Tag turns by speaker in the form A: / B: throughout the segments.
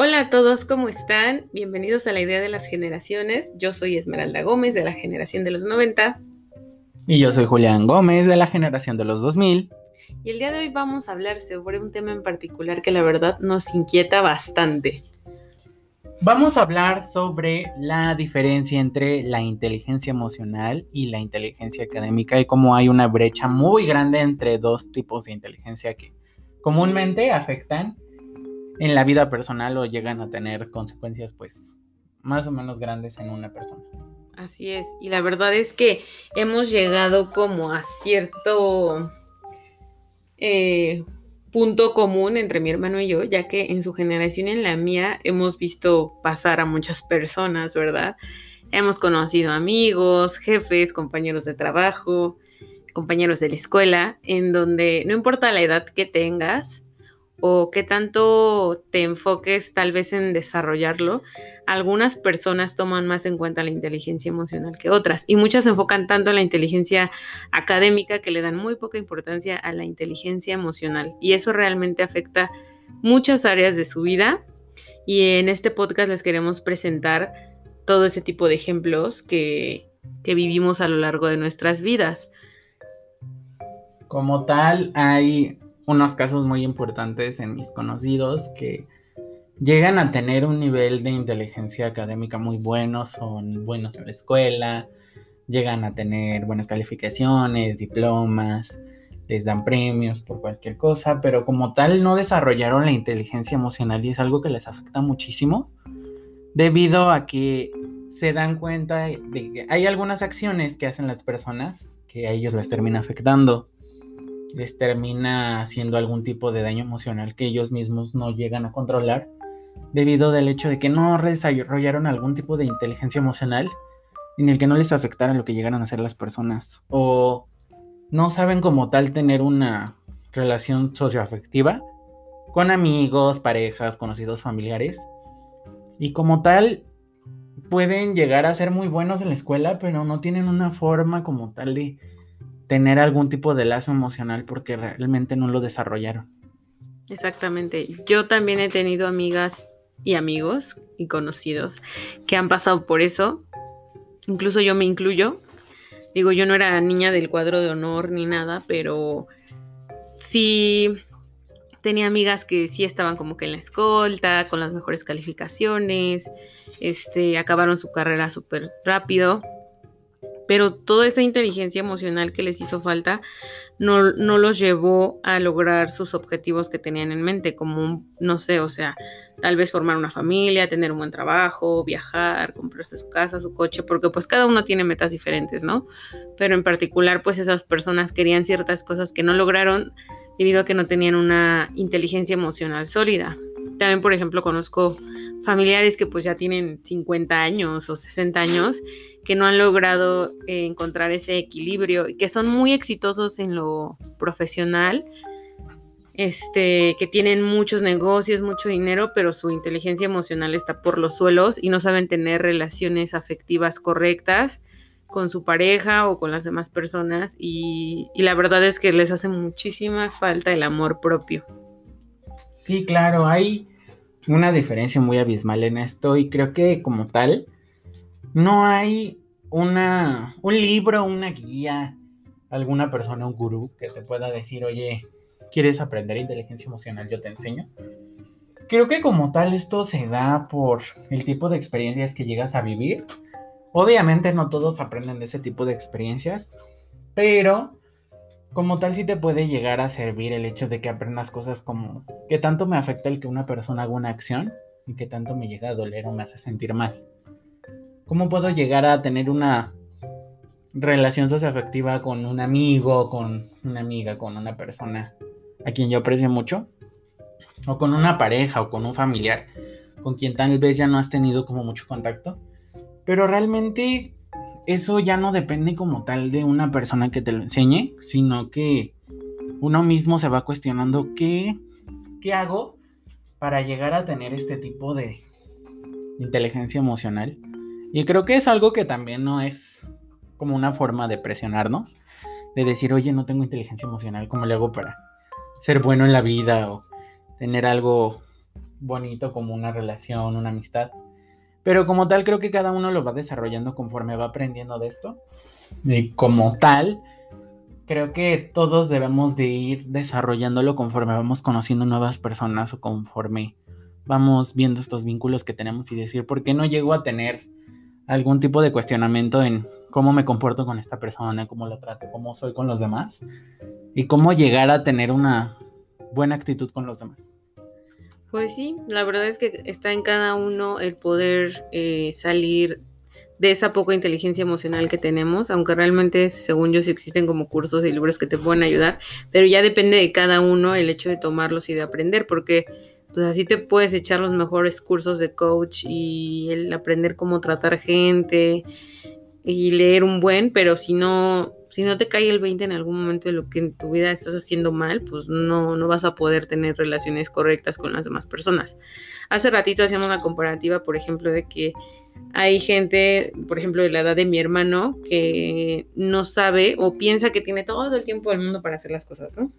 A: Hola a todos, ¿cómo están? Bienvenidos a la idea de las generaciones. Yo soy Esmeralda Gómez de la generación de los 90
B: Y yo soy Julián Gómez de la generación de los 2000.
A: y el día de hoy vamos a hablar sobre un tema en particular que la verdad nos inquieta bastante.
B: Vamos a hablar sobre la diferencia entre la inteligencia emocional y la inteligencia académica y cómo hay una brecha muy grande entre dos tipos de inteligencia que comúnmente afectan en la vida personal o llegan a tener consecuencias pues más o menos grandes en una persona.
A: Así es, y la verdad es que hemos llegado como a cierto punto común entre mi hermano y yo, ya que en su generación y en la mía hemos visto pasar a muchas personas, ¿verdad? Hemos conocido amigos, jefes, compañeros de trabajo, compañeros de la escuela, en donde no importa la edad que tengas o qué tanto te enfoques tal vez en desarrollarlo, algunas personas toman más en cuenta la inteligencia emocional que otras y muchas se enfocan tanto en la inteligencia académica que le dan muy poca importancia a la inteligencia emocional y eso realmente afecta muchas áreas de su vida y en este podcast les queremos presentar todo ese tipo de ejemplos que vivimos a lo largo de nuestras vidas.
B: Como tal, hay unos casos muy importantes en mis conocidos que llegan a tener un nivel de inteligencia académica muy bueno, son buenos en la escuela, llegan a tener buenas calificaciones, diplomas, les dan premios por cualquier cosa, pero como tal no desarrollaron la inteligencia emocional y es algo que les afecta muchísimo debido a que se dan cuenta de que hay algunas acciones que hacen las personas que a ellos les termina afectando, les termina haciendo algún tipo de daño emocional que ellos mismos no llegan a controlar debido al hecho de que no desarrollaron algún tipo de inteligencia emocional en el que no les afectara lo que llegaran a hacer las personas o no saben como tal tener una relación socioafectiva con amigos, parejas, conocidos, familiares y como tal pueden llegar a ser muy buenos en la escuela pero no tienen una forma como tal de tener algún tipo de lazo emocional porque realmente no lo desarrollaron.
A: Exactamente. Yo también he tenido amigas y amigos y conocidos que han pasado por eso. Incluso yo me incluyo. Digo, yo no era niña del cuadro de honor ni nada, pero sí tenía amigas que sí estaban como que en la escolta, con las mejores calificaciones, acabaron su carrera súper rápido, pero toda esa inteligencia emocional que les hizo falta no los llevó a lograr sus objetivos que tenían en mente, como, no sé, o sea, tal vez formar una familia, tener un buen trabajo, viajar, comprarse su casa, su coche, porque pues cada uno tiene metas diferentes, ¿no? Pero en particular, pues esas personas querían ciertas cosas que no lograron debido a que no tenían una inteligencia emocional sólida. También, por ejemplo, conozco familiares que pues ya tienen 50 años o 60 años que no han logrado encontrar ese equilibrio y que son muy exitosos en lo profesional, que tienen muchos negocios, mucho dinero, pero su inteligencia emocional está por los suelos y no saben tener relaciones afectivas correctas con su pareja o con las demás personas y la verdad es que les hace muchísima falta el amor propio.
B: Sí, claro, hay una diferencia muy abismal en esto y creo que como tal no hay un libro, una guía, alguna persona, un gurú que te pueda decir, oye, ¿quieres aprender inteligencia emocional? Yo te enseño. Creo que como tal esto se da por el tipo de experiencias que llegas a vivir. Obviamente no todos aprenden de ese tipo de experiencias, pero como tal sí te puede llegar a servir el hecho de que aprendas cosas como qué tanto me afecta el que una persona haga una acción y qué tanto me llega a doler o me hace sentir mal. ¿Cómo puedo llegar a tener una relación socioafectiva con un amigo, con una amiga, con una persona a quien yo aprecio mucho? O con una pareja o con un familiar con quien tal vez ya no has tenido como mucho contacto. Pero realmente eso ya no depende como tal de una persona que te lo enseñe, sino que uno mismo se va cuestionando qué hago para llegar a tener este tipo de inteligencia emocional. Y creo que es algo que también no es como una forma de presionarnos, de decir, oye, no tengo inteligencia emocional, ¿cómo le hago para ser bueno en la vida o tener algo bonito como una relación, una amistad. Pero como tal, creo que cada uno lo va desarrollando conforme va aprendiendo de esto. Y como tal, creo que todos debemos de ir desarrollándolo conforme vamos conociendo nuevas personas o conforme vamos viendo estos vínculos que tenemos y decir, ¿por qué no llego a tener algún tipo de cuestionamiento en cómo me comporto con esta persona, cómo la trato, cómo soy con los demás y cómo llegar a tener una buena actitud con los demás?
A: Pues sí, la verdad es que está en cada uno el poder salir de esa poca inteligencia emocional que tenemos, aunque realmente, según yo, sí existen como cursos y libros que te pueden ayudar, pero ya depende de cada uno el hecho de tomarlos y de aprender, porque pues así te puedes echar los mejores cursos de coach y el aprender cómo tratar gente y leer un buen, pero si no te cae el 20 en algún momento de lo que en tu vida estás haciendo mal, pues no vas a poder tener relaciones correctas con las demás personas. Hace ratito hacíamos una comparativa, por ejemplo, de que hay gente, por ejemplo, de la edad de mi hermano, que no sabe o piensa que tiene todo el tiempo del mundo para hacer las cosas, ¿no?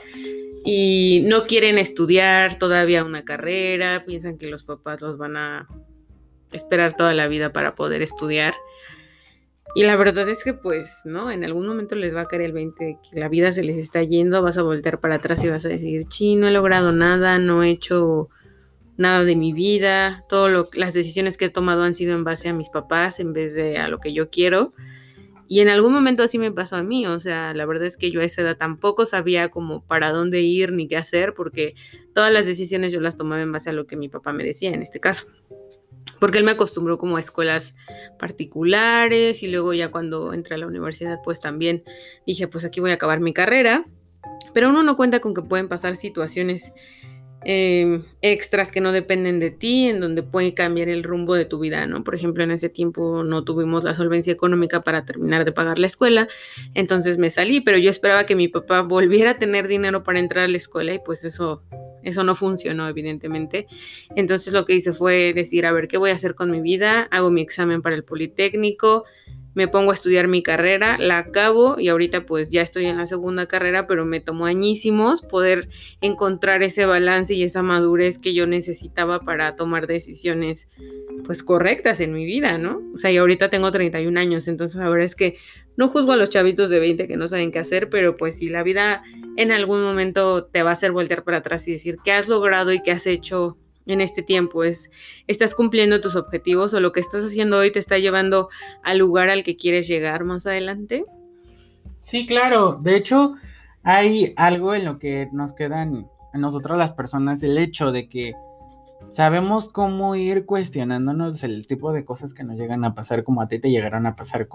A: Y no quieren estudiar todavía una carrera, piensan que los papás los van a esperar toda la vida para poder estudiar. Y la verdad es que pues, ¿no? En algún momento les va a caer el 20 de que la vida se les está yendo, vas a voltear para atrás y vas a decir, no he logrado nada, no he hecho nada de mi vida, las decisiones que he tomado han sido en base a mis papás en vez de a lo que yo quiero. Y en algún momento así me pasó a mí, o sea, la verdad es que yo a esa edad tampoco sabía como para dónde ir ni qué hacer, porque todas las decisiones yo las tomaba en base a lo que mi papá me decía en este caso. Porque él me acostumbró como a escuelas particulares y luego ya cuando entré a la universidad pues también dije pues aquí voy a acabar mi carrera, pero uno no cuenta con que pueden pasar situaciones extras que no dependen de ti, en donde puede cambiar el rumbo de tu vida, ¿no? Por ejemplo, en ese tiempo no tuvimos la solvencia económica para terminar de pagar la escuela, entonces me salí, pero yo esperaba que mi papá volviera a tener dinero para entrar a la escuela y pues eso no funcionó, evidentemente. Entonces lo que hice fue decir, a ver, ¿qué voy a hacer con mi vida? Hago mi examen para el Politécnico, me pongo a estudiar mi carrera, la acabo y ahorita pues ya estoy en la segunda carrera, pero me tomó añísimos poder encontrar ese balance y esa madurez que yo necesitaba para tomar decisiones pues correctas en mi vida, ¿no? O sea, y ahorita tengo 31 años, entonces la verdad es que no juzgo a los chavitos de 20 que no saben qué hacer, pero pues si la vida en algún momento te va a hacer voltear para atrás y decir qué has logrado y qué has hecho en este tiempo, estás cumpliendo tus objetivos o lo que estás haciendo hoy te está llevando al lugar al que quieres llegar más adelante.
B: Sí, claro. De hecho, hay algo en lo que nos quedan a nosotros las personas, el hecho de que sabemos cómo ir cuestionándonos el tipo de cosas que nos llegan a pasar, como a ti te llegaron a pasar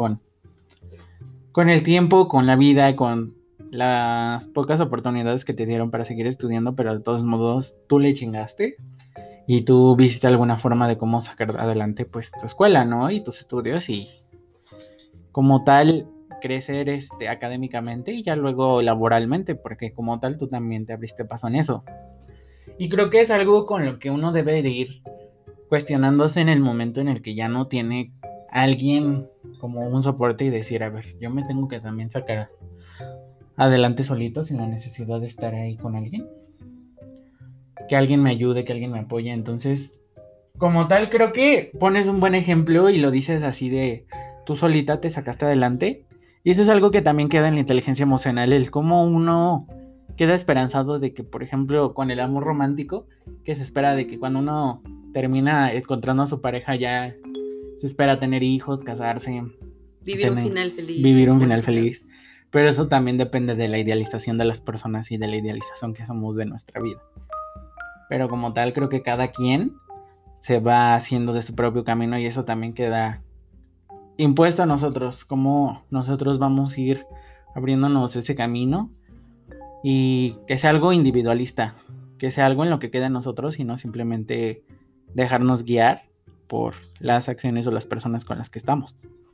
B: con el tiempo, con la vida, con las pocas oportunidades que te dieron para seguir estudiando, pero de todos modos tú le chingaste y tú viste alguna forma de cómo sacar adelante pues tu escuela, ¿no? Y tus estudios y como tal crecer académicamente y ya luego laboralmente, porque como tal tú también te abriste paso en eso. Y creo que es algo con lo que uno debe de ir cuestionándose en el momento en el que ya no tiene alguien como un soporte y decir, a ver, yo me tengo que también sacar adelante solito sin la necesidad de estar ahí con alguien. Que alguien me ayude, que alguien me apoye. Entonces, como tal, creo que pones un buen ejemplo y lo dices así de tú solita te sacaste adelante. Y eso es algo que también queda en la inteligencia emocional, el cómo uno queda esperanzado de que, por ejemplo, con el amor romántico, que se espera de que cuando uno termina encontrando a su pareja ya se espera tener hijos, casarse,
A: Vivir un final feliz.
B: Vivir un final feliz. Pero eso también depende de la idealización de las personas y de la idealización que somos de nuestra vida. Pero como tal, creo que cada quien se va haciendo de su propio camino y eso también queda impuesto a nosotros, cómo nosotros vamos a ir abriéndonos ese camino y que sea algo individualista, que sea algo en lo que quede en nosotros y no simplemente dejarnos guiar por las acciones o las personas con las que estamos.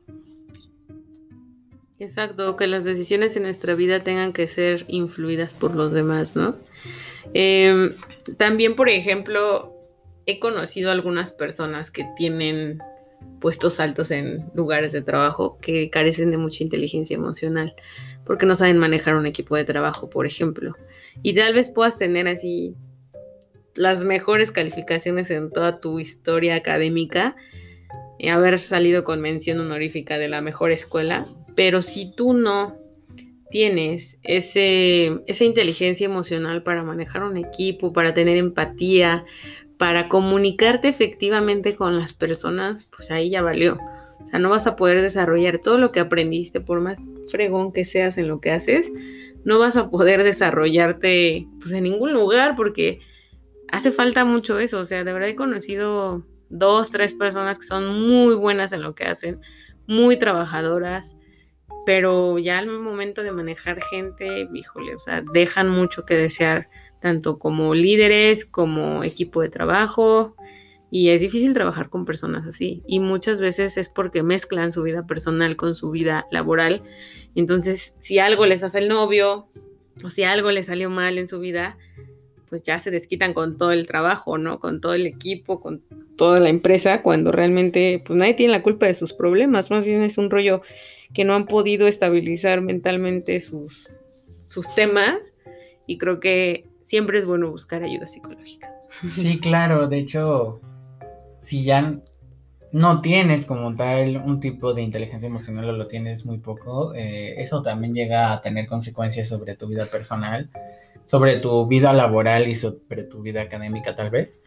A: Exacto, que las decisiones en nuestra vida tengan que ser influidas por los demás, ¿no? También, por ejemplo, he conocido algunas personas que tienen puestos altos en lugares de trabajo que carecen de mucha inteligencia emocional porque no saben manejar un equipo de trabajo, por ejemplo. Y tal vez puedas tener así las mejores calificaciones en toda tu historia académica, haber salido con mención honorífica de la mejor escuela, pero si tú no tienes esa inteligencia emocional para manejar un equipo, para tener empatía, para comunicarte efectivamente con las personas, pues ahí ya valió. O sea, no vas a poder desarrollar todo lo que aprendiste, por más fregón que seas en lo que haces, no vas a poder desarrollarte pues en ningún lugar porque hace falta mucho eso. O sea, de verdad he conocido 2, 3 personas que son muy buenas en lo que hacen, muy trabajadoras, pero ya al momento de manejar gente, híjole, o sea, dejan mucho que desear, tanto como líderes, como equipo de trabajo, y es difícil trabajar con personas así, y muchas veces es porque mezclan su vida personal con su vida laboral. Entonces, si algo les hace el novio, o si algo les salió mal en su vida, pues ya se desquitan con todo el trabajo, ¿no? Con todo el equipo, con toda la empresa, cuando realmente pues nadie tiene la culpa de sus problemas, más bien es un rollo que no han podido estabilizar mentalmente sus temas, y creo que siempre es bueno buscar ayuda psicológica.
B: Sí, claro, de hecho, si ya no tienes como tal un tipo de inteligencia emocional o lo tienes muy poco, eso también llega a tener consecuencias sobre tu vida personal, sobre tu vida laboral y sobre tu vida académica tal vez.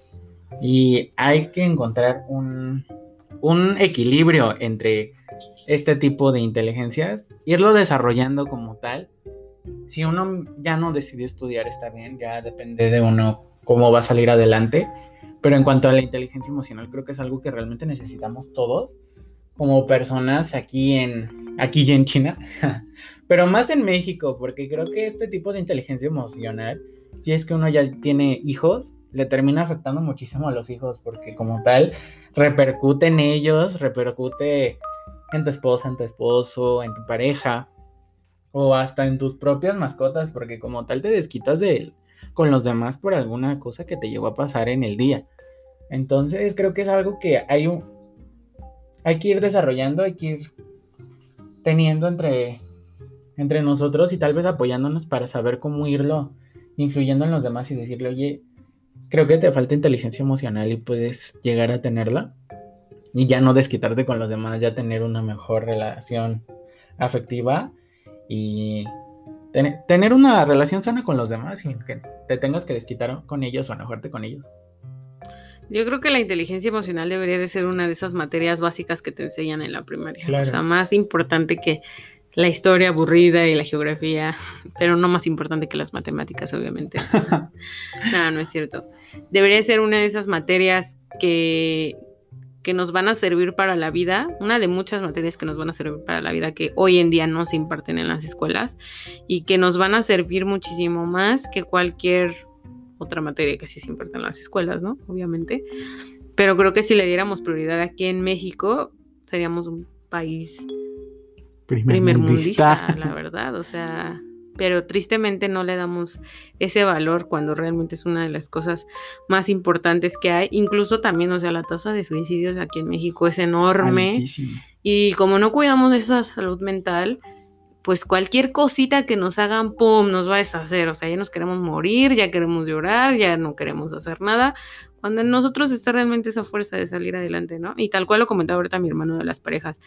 B: Y hay que encontrar un equilibrio entre este tipo de inteligencias, irlo desarrollando como tal. Si uno ya no decidió estudiar, está bien, ya depende de uno cómo va a salir adelante. Pero en cuanto a la inteligencia emocional, creo que es algo que realmente necesitamos todos como personas aquí y en China, pero más en México, porque creo que este tipo de inteligencia emocional, si es que uno ya tiene hijos, le termina afectando muchísimo a los hijos, porque como tal, repercute en ellos, repercute en tu esposa, en tu esposo, en tu pareja, o hasta en tus propias mascotas, porque como tal te desquitas con los demás por alguna cosa que te llegó a pasar en el día. Entonces creo que es algo que hay que ir desarrollando, hay que ir teniendo entre nosotros y tal vez apoyándonos para saber cómo irlo influyendo en los demás y decirle, oye, creo que te falta inteligencia emocional y puedes llegar a tenerla y ya no desquitarte con los demás, ya tener una mejor relación afectiva y tener una relación sana con los demás sin que te tengas que desquitar con ellos o enojarte con ellos.
A: Yo creo que la inteligencia emocional debería de ser una de esas materias básicas que te enseñan en la primaria. Claro. O sea, más importante que la historia aburrida y la geografía, pero no más importante que las matemáticas, obviamente. No, no es cierto. Debería ser una de esas materias que nos van a servir para la vida, una de muchas materias que nos van a servir para la vida que hoy en día no se imparten en las escuelas y que nos van a servir muchísimo más que cualquier otra materia que sí se imparte en las escuelas, ¿no? Obviamente. Pero creo que si le diéramos prioridad aquí en México, seríamos un país primermundista, la verdad. O sea, pero tristemente no le damos ese valor cuando realmente es una de las cosas más importantes que hay. Incluso también, o sea, la tasa de suicidios aquí en México es enorme. Altísimo. Y como no cuidamos de esa salud mental, pues cualquier cosita que nos hagan, ¡pum!, nos va a deshacer. O sea, ya nos queremos morir, ya queremos llorar, ya no queremos hacer nada. Cuando en nosotros está realmente esa fuerza de salir adelante, ¿no? Y tal cual lo comentaba ahorita mi hermano de las parejas.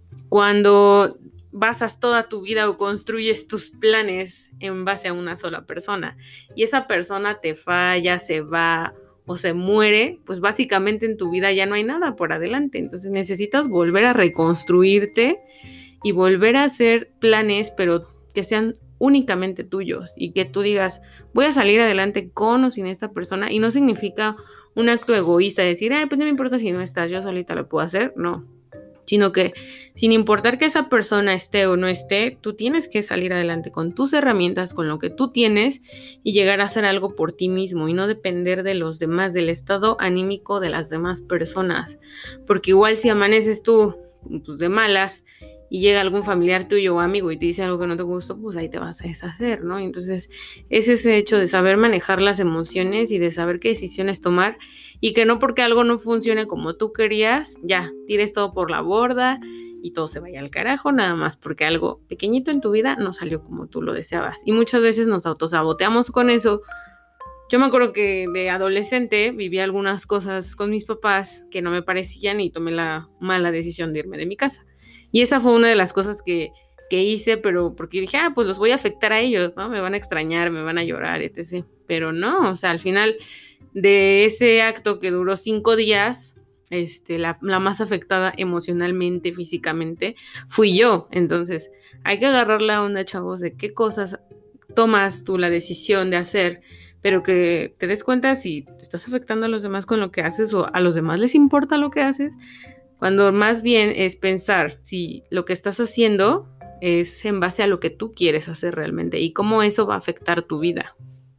A: Cuando basas toda tu vida o construyes tus planes en base a una sola persona y esa persona te falla, se va o se muere, pues básicamente en tu vida ya no hay nada por adelante. Entonces necesitas volver a reconstruirte y volver a hacer planes, pero que sean únicamente tuyos y que tú digas, voy a salir adelante con o sin esta persona, y no significa un acto egoísta, decir, pues no me importa si no estás, yo solita lo puedo hacer, no, sino que sin importar que esa persona esté o no esté, tú tienes que salir adelante con tus herramientas, con lo que tú tienes y llegar a hacer algo por ti mismo y no depender de los demás, del estado anímico de las demás personas, porque igual si amaneces tú de malas y llega algún familiar tuyo o amigo y te dice algo que no te gustó, pues ahí te vas a deshacer, ¿no? Entonces es ese hecho de saber manejar las emociones y de saber qué decisiones tomar y que no porque algo no funcione como tú querías, ya, tires todo por la borda y todo se vaya al carajo, nada más porque algo pequeñito en tu vida no salió como tú lo deseabas. Y muchas veces nos autosaboteamos con eso Yo me acuerdo que de adolescente viví algunas cosas con mis papás que no me parecían y tomé la mala decisión de irme de mi casa. Y esa fue una de las cosas que hice, pero porque dije, pues los voy a afectar a ellos, ¿no? Me van a extrañar, me van a llorar, etc. Pero no, o sea, al final de ese acto que duró 5 días, la más afectada emocionalmente, físicamente, fui yo. Entonces, hay que agarrar la onda, chavos, de qué cosas tomas tú la decisión de hacer, pero que te des cuenta si te estás afectando a los demás con lo que haces o a los demás les importa lo que haces, cuando más bien es pensar si lo que estás haciendo es en base a lo que tú quieres hacer realmente y cómo eso va a afectar tu vida.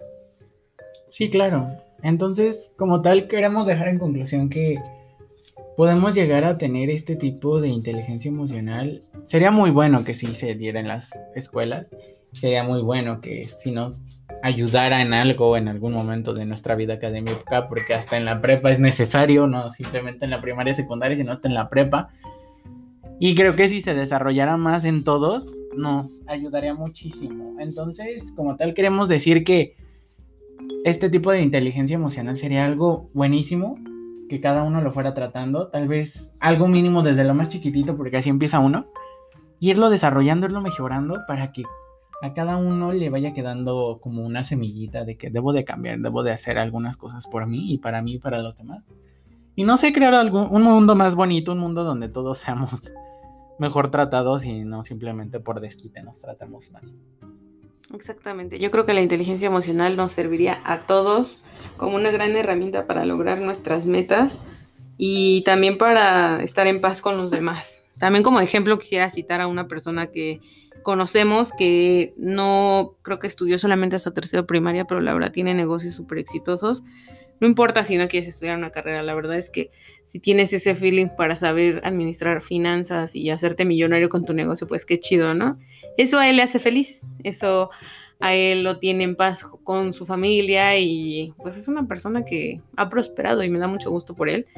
B: Sí, claro. Entonces, como tal, queremos dejar en conclusión que podemos llegar a tener este tipo de inteligencia emocional. Sería muy bueno que sí se diera en las escuelas. Sería muy bueno que sí nos ayudara en algo en algún momento de nuestra vida académica, porque hasta en la prepa es necesario, no simplemente en la primaria y secundaria, sino hasta en la prepa. Y creo que si se desarrollara más en todos, nos ayudaría muchísimo. Entonces, como tal, queremos decir que este tipo de inteligencia emocional sería algo buenísimo, que cada uno lo fuera tratando, tal vez algo mínimo desde lo más chiquitito, porque así empieza uno, y irlo desarrollando, irlo mejorando, para que a cada uno le vaya quedando como una semillita de que debo de cambiar, debo de hacer algunas cosas por mí y para los demás. Y no sé, crear un mundo más bonito, un mundo donde todos seamos mejor tratados y no simplemente por desquite nos tratamos mal.
A: Exactamente, yo creo que la inteligencia emocional nos serviría a todos como una gran herramienta para lograr nuestras metas y también para estar en paz con los demás. También como ejemplo quisiera citar a una persona que conocemos que no creo que estudió solamente hasta tercero primaria, pero la verdad tiene negocios súper exitosos. No importa si no quieres estudiar una carrera, la verdad es que si tienes ese feeling para saber administrar finanzas y hacerte millonario con tu negocio, pues qué chido, ¿no? Eso a él le hace feliz, eso a él lo tiene en paz con su familia y pues es una persona que ha prosperado y me da mucho gusto por él.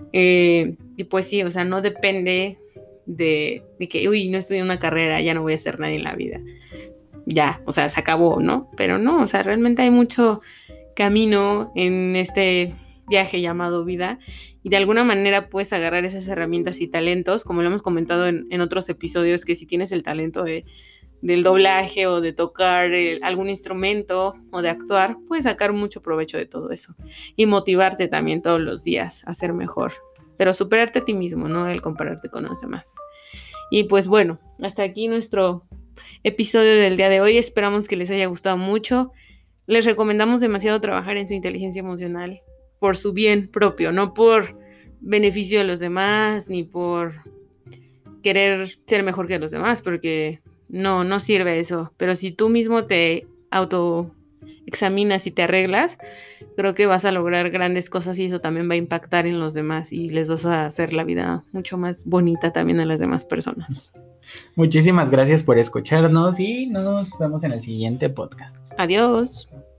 A: Y pues sí, o sea, no depende de que, no estudié una carrera, ya no voy a hacer nada en la vida. Ya, o sea, se acabó, ¿no? Pero no, o sea, realmente hay mucho camino en este viaje llamado vida y de alguna manera puedes agarrar esas herramientas y talentos, como lo hemos comentado en otros episodios, que si tienes el talento del doblaje o de tocar algún instrumento o de actuar, puedes sacar mucho provecho de todo eso y motivarte también todos los días a ser mejor, pero superarte a ti mismo, no el compararte con los demás. Y pues bueno, hasta aquí nuestro episodio del día de hoy, esperamos que les haya gustado mucho. Les recomendamos demasiado trabajar en su inteligencia emocional por su bien propio, no por beneficio de los demás ni por querer ser mejor que los demás, porque no sirve eso. Pero si tú mismo te autoexaminas y te arreglas, creo que vas a lograr grandes cosas y eso también va a impactar en los demás y les vas a hacer la vida mucho más bonita también a las demás personas.
B: Muchísimas gracias por escucharnos y nos vemos en el siguiente podcast.
A: Adiós.